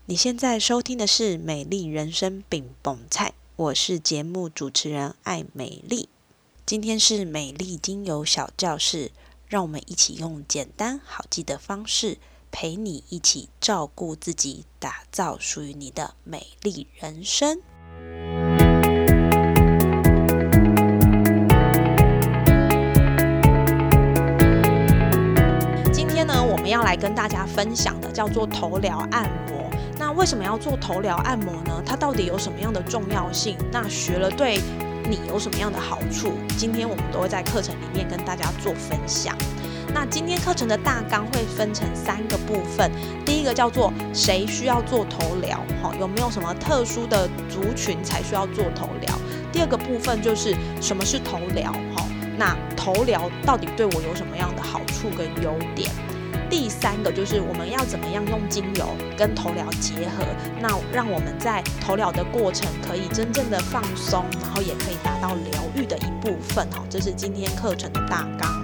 你现在收听的是美丽人生饼蹦菜，我是节目主持人艾美丽。今天是美丽精油小教室，让我们一起用简单好记的方式，陪你一起照顾自己，打造属于你的美丽人生。今天呢，我们要来跟大家分享的叫做头疗按摩。那为什么要做头疗按摩呢？它到底有什么样的重要性？那学了对你有什么样的好处？今天我们都会在课程里面跟大家做分享。那今天课程的大纲会分成3个部分，第一个叫做谁需要做头疗，有没有什么特殊的族群才需要做头疗？第二个部分就是什么是头疗，那头疗到底对我有什么样的好处跟优点？第3个就是我们要怎么样用精油跟头疗结合，那让我们在头疗的过程可以真正的放松，然后也可以达到疗愈的一部分，这是今天课程的大纲。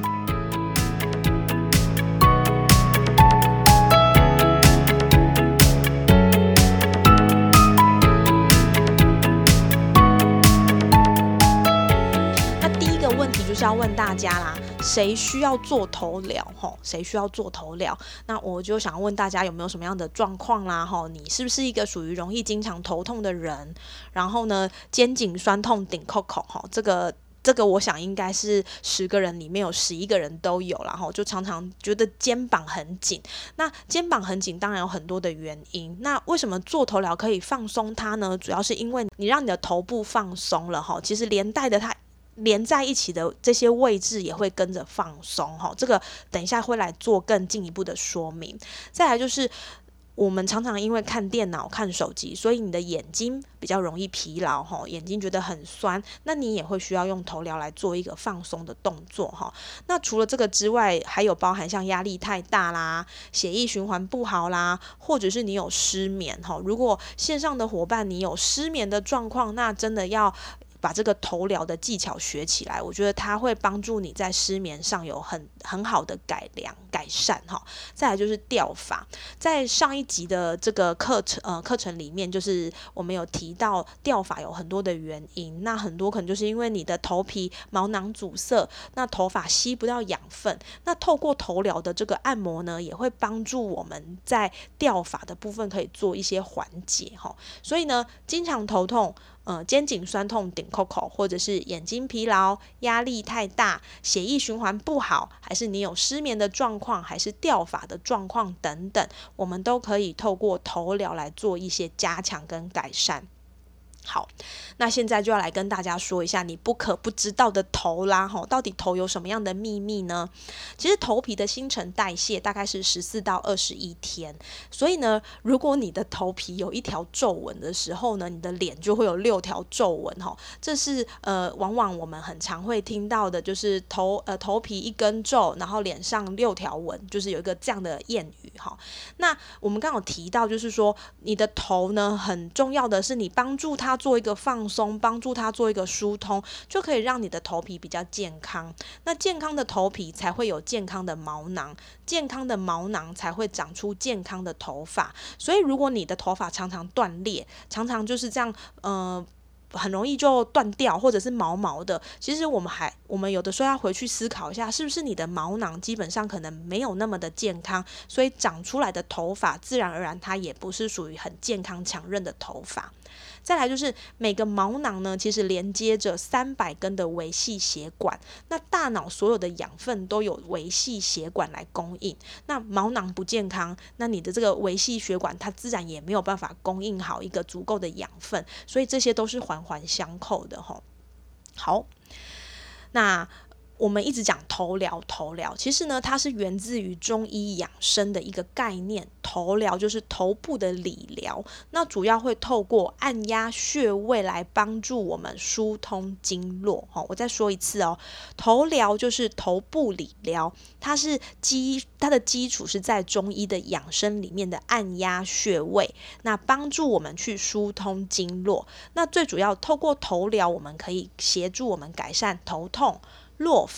那第一个问题就是要问大家啦，谁需要做头疗？谁需要做头疗？那我就想问大家有没有什么样的状况啦？你是不是一个属于容易经常头痛的人？然后呢，肩颈酸痛顶扣扣，这个我想应该是10个人里面有11个人都有啦，就常常觉得肩膀很紧。那肩膀很紧当然有很多的原因，那为什么做头疗可以放松它呢？主要是因为你让你的头部放松了，其实连带的它连在一起的这些位置也会跟着放松，这个等一下会来做更进一步的说明。再来就是我们常常因为看电脑看手机，所以你的眼睛比较容易疲劳，眼睛觉得很酸，那你也会需要用头疗来做一个放松的动作。那除了这个之外，还有包含像压力太大啦，血液循环不好啦，或者是你有失眠。如果线上的伙伴你有失眠的状况，那真的要把这个头疗的技巧学起来，我觉得它会帮助你在失眠上有很好的改善。再来就是调法，在上一集的这个课程里面，就是我们有提到调法有很多的原因，那很多可能就是因为你的头皮毛囊阻塞，那头发吸不到养分，那透过头疗的这个按摩呢，也会帮助我们在调法的部分可以做一些缓解。所以呢，经常头痛，肩颈酸痛顶扣扣，或者是眼睛疲劳、压力太大、血液循环不好，还是你有失眠的状况，还是掉发的状况等等，我们都可以透过头疗来做一些加强跟改善。好，那现在就要来跟大家说一下你不可不知道的头啦，到底头有什么样的秘密呢？其实头皮的新陈代谢大概是14到21天，所以呢，如果你的头皮有1条皱纹的时候呢，你的脸就会有6条皱纹。这是往往我们很常会听到的，就是头皮1根皱，然后脸上6条纹，就是有一个这样的谚语。那我们刚刚有提到，就是说你的头呢，很重要的是你帮助它做一个放松，帮助它做一个疏通，就可以让你的头皮比较健康。那健康的头皮才会有健康的毛囊，健康的毛囊才会长出健康的头发。所以如果你的头发常常断裂，常常就是这样很容易就断掉，或者是毛毛的，其实我们有的时候要回去思考一下，是不是你的毛囊基本上可能没有那么的健康，所以长出来的头发自然而然它也不是属于很健康强韧的头发。再来就是每个毛囊呢，其实连接着300根的维系血管，那大脑所有的养分都有维系血管来供应，那毛囊不健康，那你的这个维系血管它自然也没有办法供应好一个足够的养分，所以这些都是环环相扣的。好，那我们一直讲头疗，其实呢，它是源自于中医养生的一个概念。头疗就是头部的理疗，那主要会透过按压穴位来帮助我们疏通经络。我再说一次哦，头疗就是头部理疗，它的基础是在中医的养生里面的按压穴位，那帮助我们去疏通经络。那最主要透过头疗，我们可以协助我们改善头痛、落发、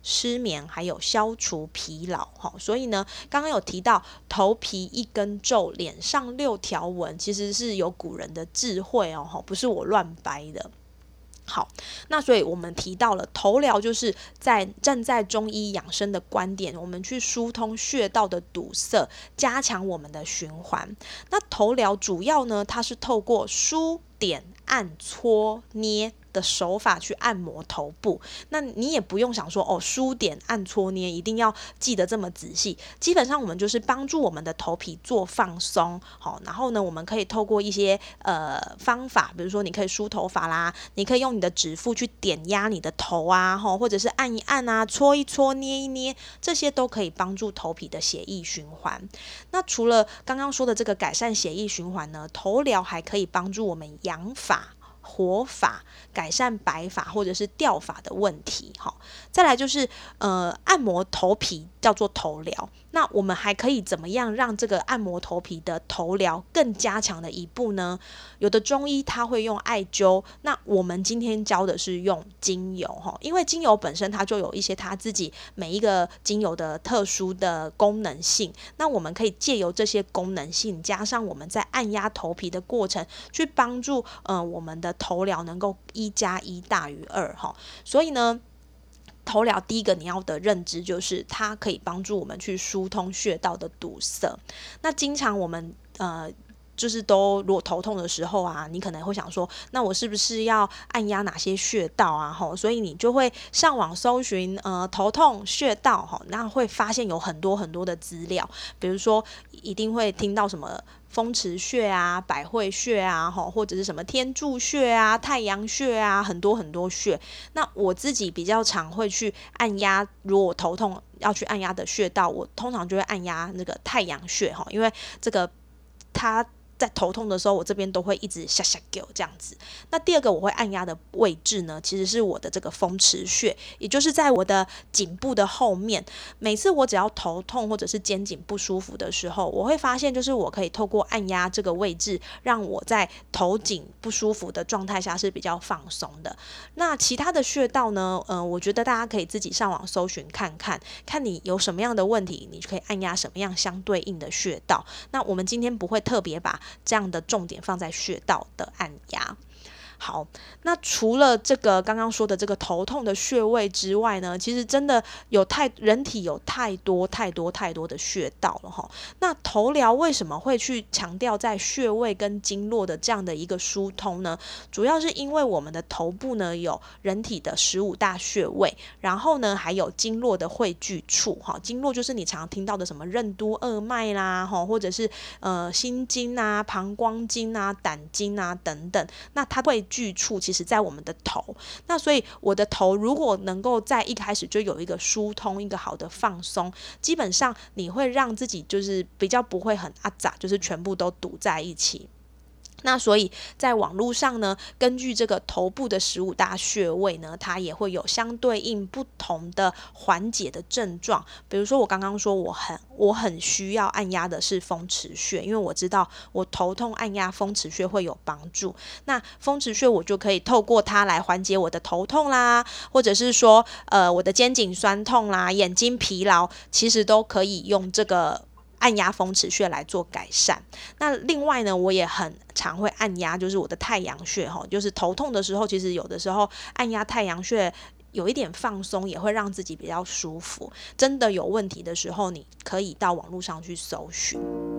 失眠，还有消除疲劳。所以呢，刚刚有提到头皮一根皱，脸上6条纹，其实是有古人的智慧哦，不是我乱掰的。好，那所以我们提到了头疗，就是站在中医养生的观点，我们去疏通穴道的堵塞，加强我们的循环。那头疗主要呢，它是透过梳、点、按、搓、捏的手法去按摩头部。那你也不用想说梳点按搓捏一定要记得这么仔细，基本上我们就是帮助我们的头皮做放松。好，然后呢，我们可以透过一些方法，比如说你可以梳头发啦，你可以用你的指腹去点压你的头啊，或者是按一按啊，搓一搓，捏一捏，这些都可以帮助头皮的血液循环。那除了刚刚说的这个改善血液循环呢，头疗还可以帮助我们养发、活发，改善白发或者是掉发的问题。再来就是按摩头皮叫做头疗。那我们还可以怎么样让这个按摩头皮的头疗更加强的一步呢？有的中医他会用艾灸，那我们今天教的是用精油，因为精油本身它就有一些它自己每一个精油的特殊的功能性，那我们可以借由这些功能性，加上我们在按压头皮的过程，去帮助我们的头疗能够1+1大于2。所以呢，头疗第一个你要的认知就是它可以帮助我们去疏通穴道的堵塞。那经常我们就是如果头痛的时候啊，你可能会想说，那我是不是要按压哪些穴道啊？所以你就会上网搜寻头痛穴道，那会发现有很多很多的资料，比如说一定会听到什么风池穴啊、百会穴啊，或者是什么天柱穴啊、太阳穴啊，很多很多穴。那我自己比较常会去按压，如果我头痛要去按压的穴道，我通常就会按压那个太阳穴，因为这个它在头痛的时候，我这边都会一直下叫这样子。那第二个我会按压的位置呢，其实是我的这个风池穴，也就是在我的颈部的后面。每次我只要头痛或者是肩颈不舒服的时候，我会发现就是我可以透过按压这个位置，让我在头颈不舒服的状态下是比较放松的。那其他的穴道呢，我觉得大家可以自己上网搜寻看看，看你有什么样的问题，你可以按压什么样相对应的穴道。那我们今天不会特别把这样的重点放在穴道的按压。好，那除了这个刚刚说的这个头痛的穴位之外呢，其实真的人体有太多的穴道了哈。那头疗为什么会去强调在穴位跟经络的这样的一个疏通呢？主要是因为我们的头部呢有人体的15大穴位，然后呢还有经络的汇聚处哈。经络就是你常听到的什么任督二脉啦，或者是心经啊、膀胱经啊、胆经啊等等，那它汇聚处其实在我们的头。那所以我的头如果能够在一开始就有一个疏通，一个好的放松，基本上你会让自己就是比较不会很阿杂，就是全部都堵在一起。那所以在网络上呢，根据这个头部的15大穴位呢，它也会有相对应不同的缓解的症状。比如说我刚刚说我很需要按压的是风池穴，因为我知道我头痛按压风池穴会有帮助。那风池穴我就可以透过它来缓解我的头痛啦，或者是说我的肩颈酸痛啦、眼睛疲劳，其实都可以用这个按压风池穴来做改善。那另外呢，我也很常会按压就是我的太阳穴，就是头痛的时候，其实有的时候按压太阳穴有一点放松，也会让自己比较舒服。真的有问题的时候，你可以到网络上去搜寻。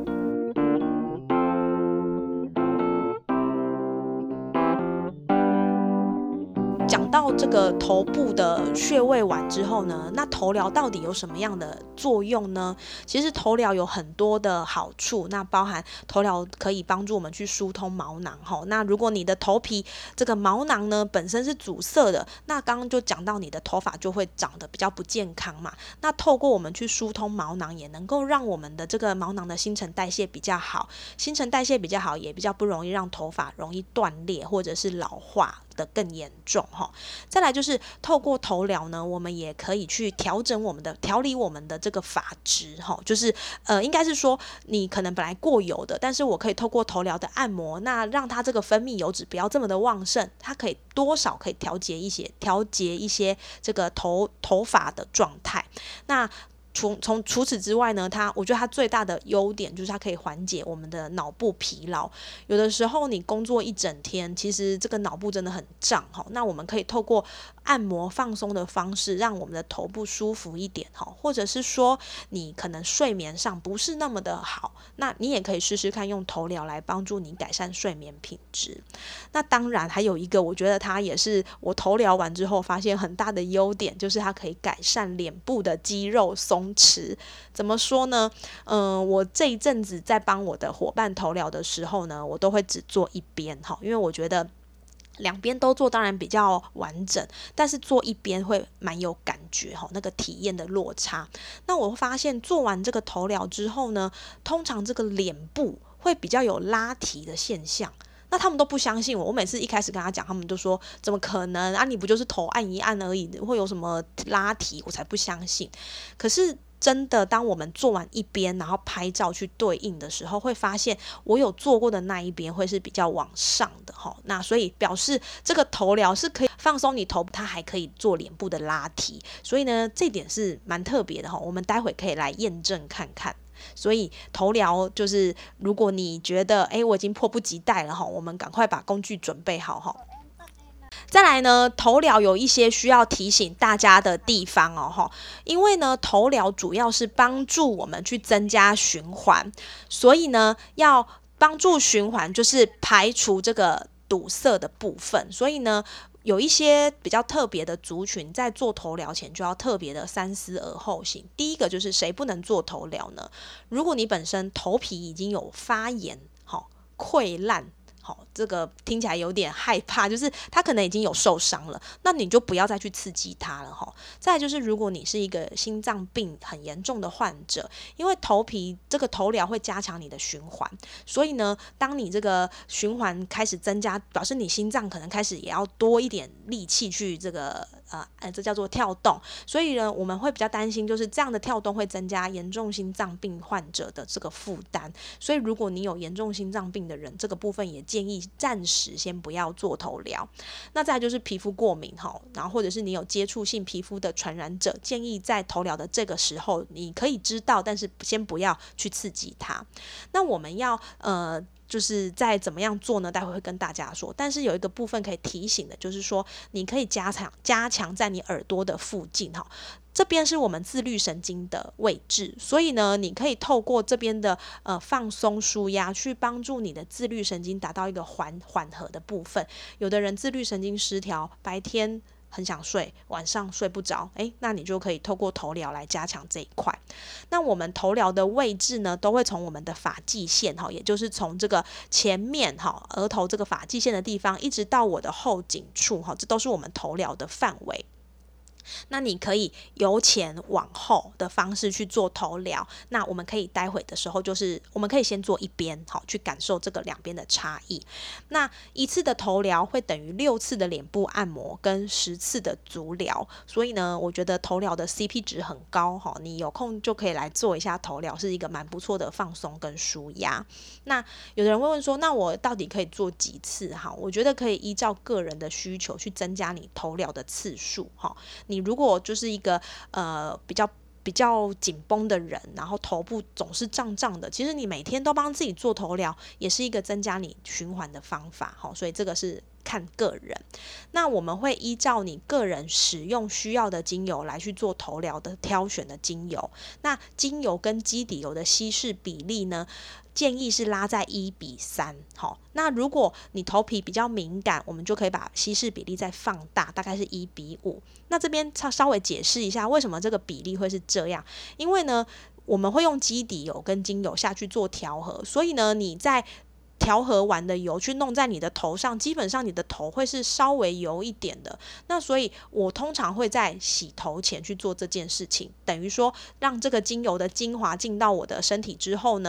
讲到这个头部的穴位完之后呢，那头疗到底有什么样的作用呢？其实头疗有很多的好处，那包含头疗可以帮助我们去疏通毛囊。那如果你的头皮这个毛囊呢本身是阻塞的，那刚刚就讲到你的头发就会长得比较不健康嘛。那透过我们去疏通毛囊，也能够让我们的这个毛囊的新陈代谢比较好，新陈代谢比较好，也比较不容易让头发容易断裂或者是老化的更严重哈。再来就是透过头疗呢，我们也可以去调理我们的这个发质哈，就是应该是说你可能本来过油的，但是我可以透过头疗的按摩，那让它这个分泌油脂不要这么的旺盛，它可以多少可以调节一些这个头发的状态。那除此之外呢，我觉得它最大的优点就是它可以缓解我们的脑部疲劳。有的时候你工作一整天，其实这个脑部真的很胀哈。那我们可以透过按摩放松的方式，让我们的头部舒服一点哈。或者是说你可能睡眠上不是那么的好，那你也可以试试看用头疗来帮助你改善睡眠品质。那当然还有一个，我觉得它也是我头疗完之后发现很大的优点，就是它可以改善脸部的肌肉松弛。怎么说呢？我这一阵子在帮我的伙伴头疗的时候呢，我都会只做一边哈，因为我觉得两边都做当然比较完整，但是做一边会蛮有感觉哈，那个体验的落差。那我发现做完这个头疗之后呢，通常这个脸部会比较有拉提的现象。那他们都不相信我，我每次一开始跟他讲，他们就说怎么可能啊？你不就是头按一按而已，会有什么拉提？我才不相信。可是真的，当我们做完一边，然后拍照去对应的时候，会发现我有做过的那一边会是比较往上的哈。那所以表示这个头疗是可以放松你头部，它还可以做脸部的拉提，所以呢，这点是蛮特别的哈。我们待会可以来验证看看。所以头疗就是如果你觉得我已经迫不及待了哈，我们赶快把工具准备好哈。再来呢，头疗有一些需要提醒大家的地方哦，因为呢，头疗主要是帮助我们去增加循环，所以呢，要帮助循环就是排除这个堵塞的部分，所以呢，有一些比较特别的族群在做头疗前就要特别的三思而后行。第一个就是谁不能做头疗呢？如果你本身头皮已经有发炎、溃烂。这个听起来有点害怕，就是它可能已经有受伤了，那你就不要再去刺激它了哈。再来就是，如果你是一个心脏病很严重的患者，因为头皮这个头疗会加强你的循环，所以呢，当你这个循环开始增加，表示你心脏可能开始也要多一点力气去这个这叫做跳动，所以呢，我们会比较担心，就是这样的跳动会增加严重心脏病患者的这个负担。所以，如果你有严重心脏病的人，这个部分也建议暂时先不要做头疗。那再来就是皮肤过敏然后或者是你有接触性皮肤的传染者，建议在头疗的这个时候，你可以知道，但是先不要去刺激它。那我们要就是再怎么样做呢？待会会跟大家说。但是有一个部分可以提醒的，就是说你可以加强在你耳朵的附近这边是我们自律神经的位置，所以呢，你可以透过这边的放松舒压，去帮助你的自律神经达到一个缓和的部分。有的人自律神经失调，白天很想睡，晚上睡不着，那你就可以透过头疗来加强这一块。那我们头疗的位置呢，都会从我们的发际线也就是从这个前面额头这个发际线的地方，一直到我的后颈处这都是我们头疗的范围。那你可以由前往后的方式去做头疗，那我们可以待会的时候就是我们可以先做一边去感受这个两边的差异。那一次的头疗会等于6次的脸部按摩跟10次的足疗，所以呢，我觉得头疗的 CP 值很高你有空就可以来做一下头疗，是一个蛮不错的放松跟舒压。那有的人会问说，那我到底可以做几次我觉得可以依照个人的需求去增加你头疗的次数你如果就是一个比较紧绷的人，然后头部总是胀胀的，其实你每天都帮自己做头疗，也是一个增加你循环的方法所以这个是看个人。那我们会依照你个人使用需要的精油来去做头疗的挑选的精油。那精油跟基底油的稀释比例呢，建议是拉在1:3。那如果你头皮比较敏感，我们就可以把稀释比例再放大，大概是1:5。那这边稍微解释一下为什么这个比例会是这样，因为呢，我们会用基底油跟精油下去做调和，所以呢，你在调和完的油去弄在你的头上，基本上你的头会是稍微油一点的。那所以我通常会在洗头前去做这件事情，等于说让这个精油的精华进到我的身体之后呢，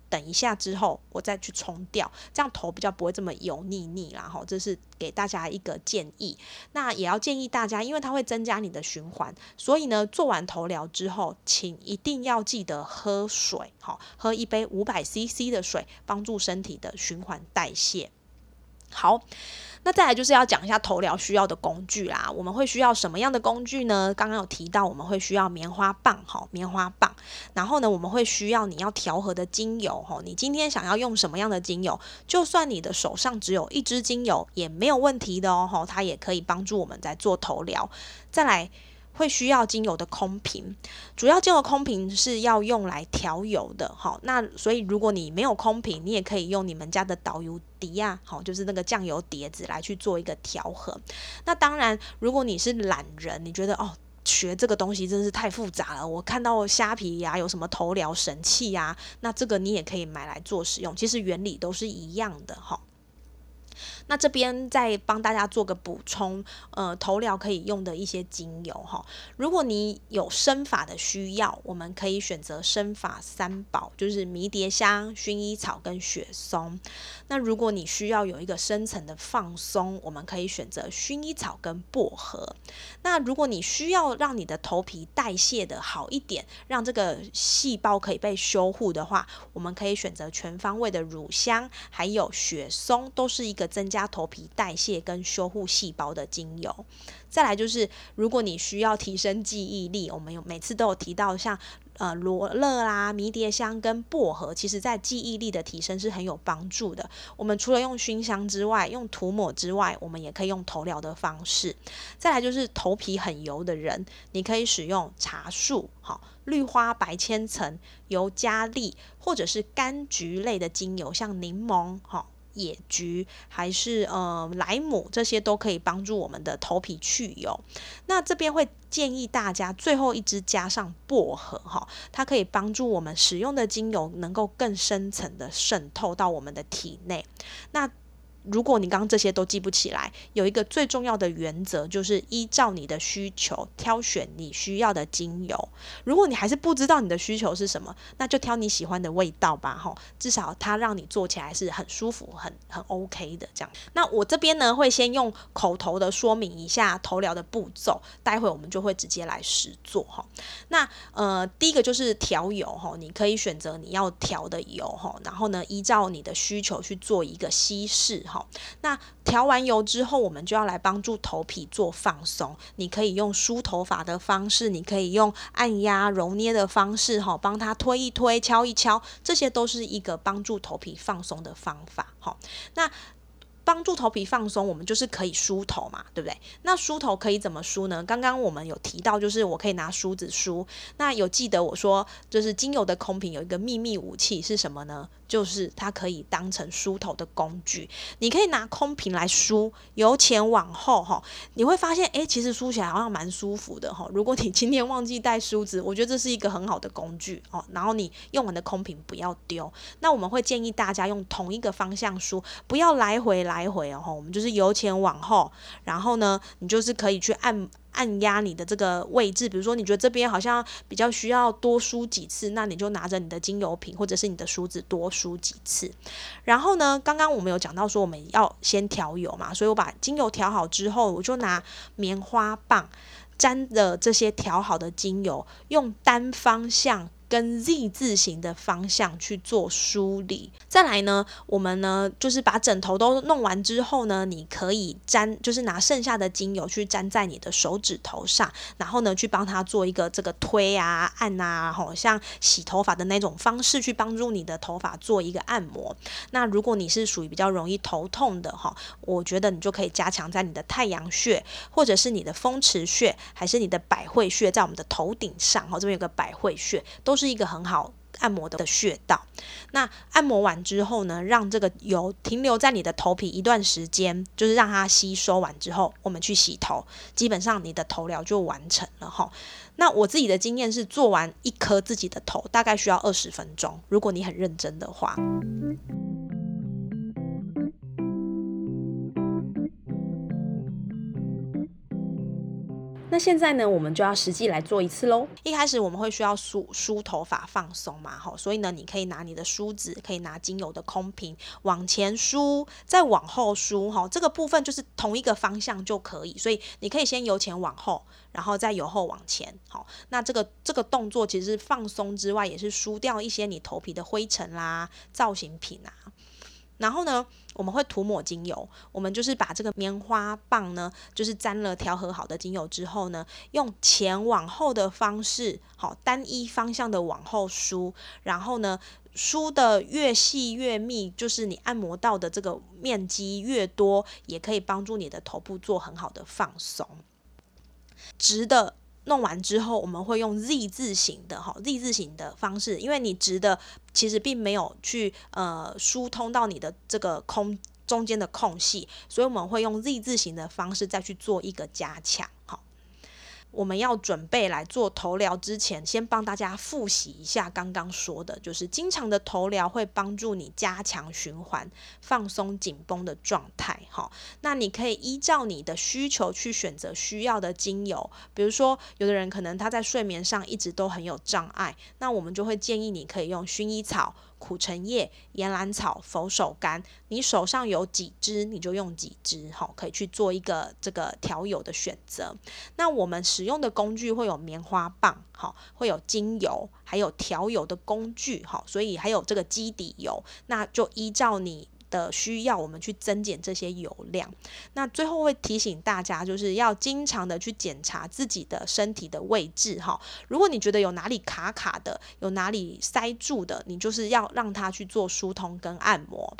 等一下之后我再去冲掉，这样头比较不会这么油腻腻啦齁，这是给大家一个建议。那也要建议大家，因为它会增加你的循环，所以呢做完头疗之后，请一定要记得喝水齁，喝一杯500cc 的水，帮助身体的循环代谢。好，那再来就是要讲一下头疗需要的工具啦。我们会需要什么样的工具呢？刚刚有提到我们会需要棉花棒，棉花棒。然后呢，我们会需要你要调和的精油，你今天想要用什么样的精油，就算你的手上只有一支精油也没有问题的哦，它也可以帮助我们在做头疗。再来，会需要精油的空瓶，主要精油空瓶是要用来调油的，那所以如果你没有空瓶，你也可以用你们家的导游碟啊，就是那个酱油碟子来去做一个调和。那当然，如果你是懒人，你觉得学这个东西真是太复杂了，我看到虾皮呀有什么头疗神器呀，那这个你也可以买来做使用，其实原理都是一样的齁。那这边再帮大家做个补充，头疗可以用的一些精油齁。如果你有生发的需要，我们可以选择生发三宝，就是迷迭香、薰衣草跟雪松。那如果你需要有一个深层的放松，我们可以选择薰衣草跟薄荷。那如果你需要让你的头皮代谢的好一点，让这个细胞可以被修护的话，我们可以选择全方位的乳香，还有雪松，都是一个增加头皮代谢跟修护细胞的精油。再来就是，如果你需要提升记忆力，我们每次都有提到像罗勒啦、迷迭香跟薄荷，其实在记忆力的提升是很有帮助的。我们除了用熏香之外，用涂抹之外，我们也可以用头疗的方式。再来就是头皮很油的人，你可以使用茶树、绿花白千层、尤加利或者是柑橘类的精油，像柠檬、野菊还是莱姆，这些都可以帮助我们的头皮去油。那这边会建议大家最后一支加上薄荷，它可以帮助我们使用的精油能够更深层的渗透到我们的体内。那如果你刚刚这些都记不起来，有一个最重要的原则，就是依照你的需求挑选你需要的精油。如果你还是不知道你的需求是什么，那就挑你喜欢的味道吧，至少它让你做起来是很舒服、很 OK 的这样。那我这边呢会先用口头的说明一下头疗的步骤，待会我们就会直接来实做。那第一个就是调油，你可以选择你要调的油，然后呢依照你的需求去做一个稀释。那调完油之后，我们就要来帮助头皮做放松。你可以用梳头发的方式，你可以用按压揉捏的方式，帮它推一推、敲一敲，这些都是一个帮助头皮放松的方法。那帮助头皮放松，我们就是可以梳头嘛，对不对？那梳头可以怎么梳呢？刚刚我们有提到，就是我可以拿梳子梳。那有记得我说，就是精油的空瓶有一个秘密武器是什么呢？就是它可以当成梳头的工具。你可以拿空瓶来梳，由前往后，你会发现，其实梳起来好像蛮舒服的。如果你今天忘记带梳子，我觉得这是一个很好的工具。然后你用完的空瓶不要丢。那我们会建议大家用同一个方向梳，不要来回我们就是由前往后，然后呢，你就是可以去按压你的这个位置，比如说你觉得这边好像比较需要多梳几次，那你就拿着你的精油瓶或者是你的梳子多梳几次。然后呢，刚刚我们有讲到说我们要先调油嘛，所以我把精油调好之后，我就拿棉花棒沾着这些调好的精油，用单方向跟 Z 字形的方向去做梳理。再来呢，我们呢就是把枕头都弄完之后呢，你可以就是拿剩下的精油去沾在你的手指头上，然后呢去帮它做一个这个推啊、按啊，像洗头发的那种方式去帮助你的头发做一个按摩。那如果你是属于比较容易头痛的，我觉得你就可以加强在你的太阳穴，或者是你的风池穴，还是你的百会穴，在我们的头顶上，这边有个百会穴，都是一个很好按摩的穴道。那按摩完之后呢，让这个油停留在你的头皮一段时间，就是让它吸收完之后，我们去洗头，基本上你的头疗就完成了。那我自己的经验是，做完一颗自己的头大概需要20分钟，如果你很认真的话。那那现在呢，我们就要实际来做一次咯。一开始我们会需要梳头发放松嘛，所以呢，你可以拿你的梳子，可以拿精油的空瓶往前梳，再往后梳，这个部分就是同一个方向就可以，所以你可以先由前往后，然后再由后往前。那这个动作其实是放松之外，也是梳掉一些你头皮的灰尘啦、造型品啊。然后呢，我们会涂抹精油，我们就是把这个棉花棒呢，就是沾了调和好的精油之后呢，用前往后的方式，单一方向的往后梳，然后呢，梳的越细越密，就是你按摩到的这个面积越多，也可以帮助你的头部做很好的放松。直的弄完之后，我们会用 Z 字形的方式，因为你直的其实并没有去疏通到你的这个中间的空隙，所以我们会用 Z 字形的方式再去做一个加强。我们要准备来做头疗之前，先帮大家复习一下刚刚说的，就是经常的头疗会帮助你加强循环，放松紧绷的状态。那你可以依照你的需求去选择需要的精油，比如说有的人可能他在睡眠上一直都很有障碍，那我们就会建议你可以用薰衣草、苦橙叶、岩兰草、佛手柑，你手上有几支你就用几支，可以去做一个这个调油的选择。那我们使用的工具会有棉花棒，会有精油，还有调油的工具，所以还有这个基底油，那就依照你的需要，我们去增减这些油量。那最后会提醒大家，就是要经常的去检查自己的身体的位置。如果你觉得有哪里卡卡的，有哪里塞住的，你就是要让它去做疏通跟按摩。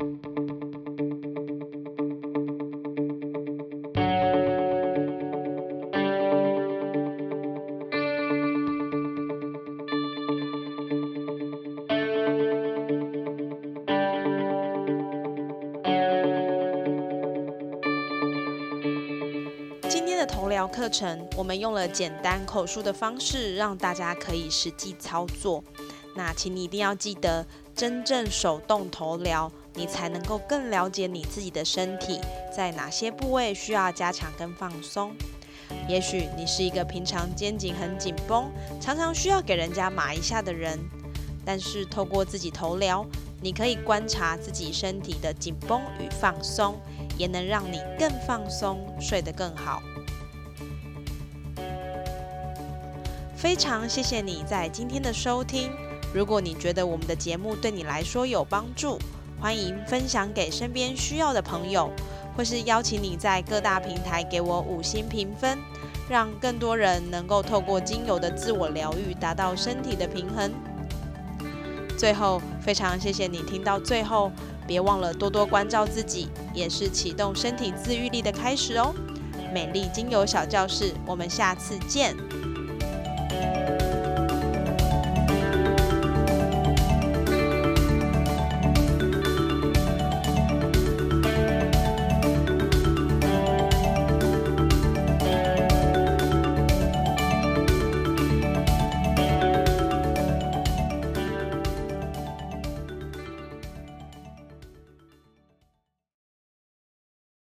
今天的头疗课程，我们用了简单口述的方式，让大家可以实际操作。那请你一定要记得，真正手动头疗，你才能够更了解你自己的身体，在哪些部位需要加强跟放松。也许你是一个平常肩颈很紧绷，常常需要给人家麻一下的人，但是透过自己头疗，你可以观察自己身体的紧绷与放松，也能让你更放松，睡得更好。非常谢谢你在今天的收听。如果你觉得我们的节目对你来说有帮助，欢迎分享给身边需要的朋友，或是邀请你在各大平台给我5星评分，让更多人能够透过精油的自我疗愈，达到身体的平衡。最后，非常谢谢你听到最后，别忘了多多关照自己，也是启动身体自愈力的开始哦。美丽精油小教室，我们下次见。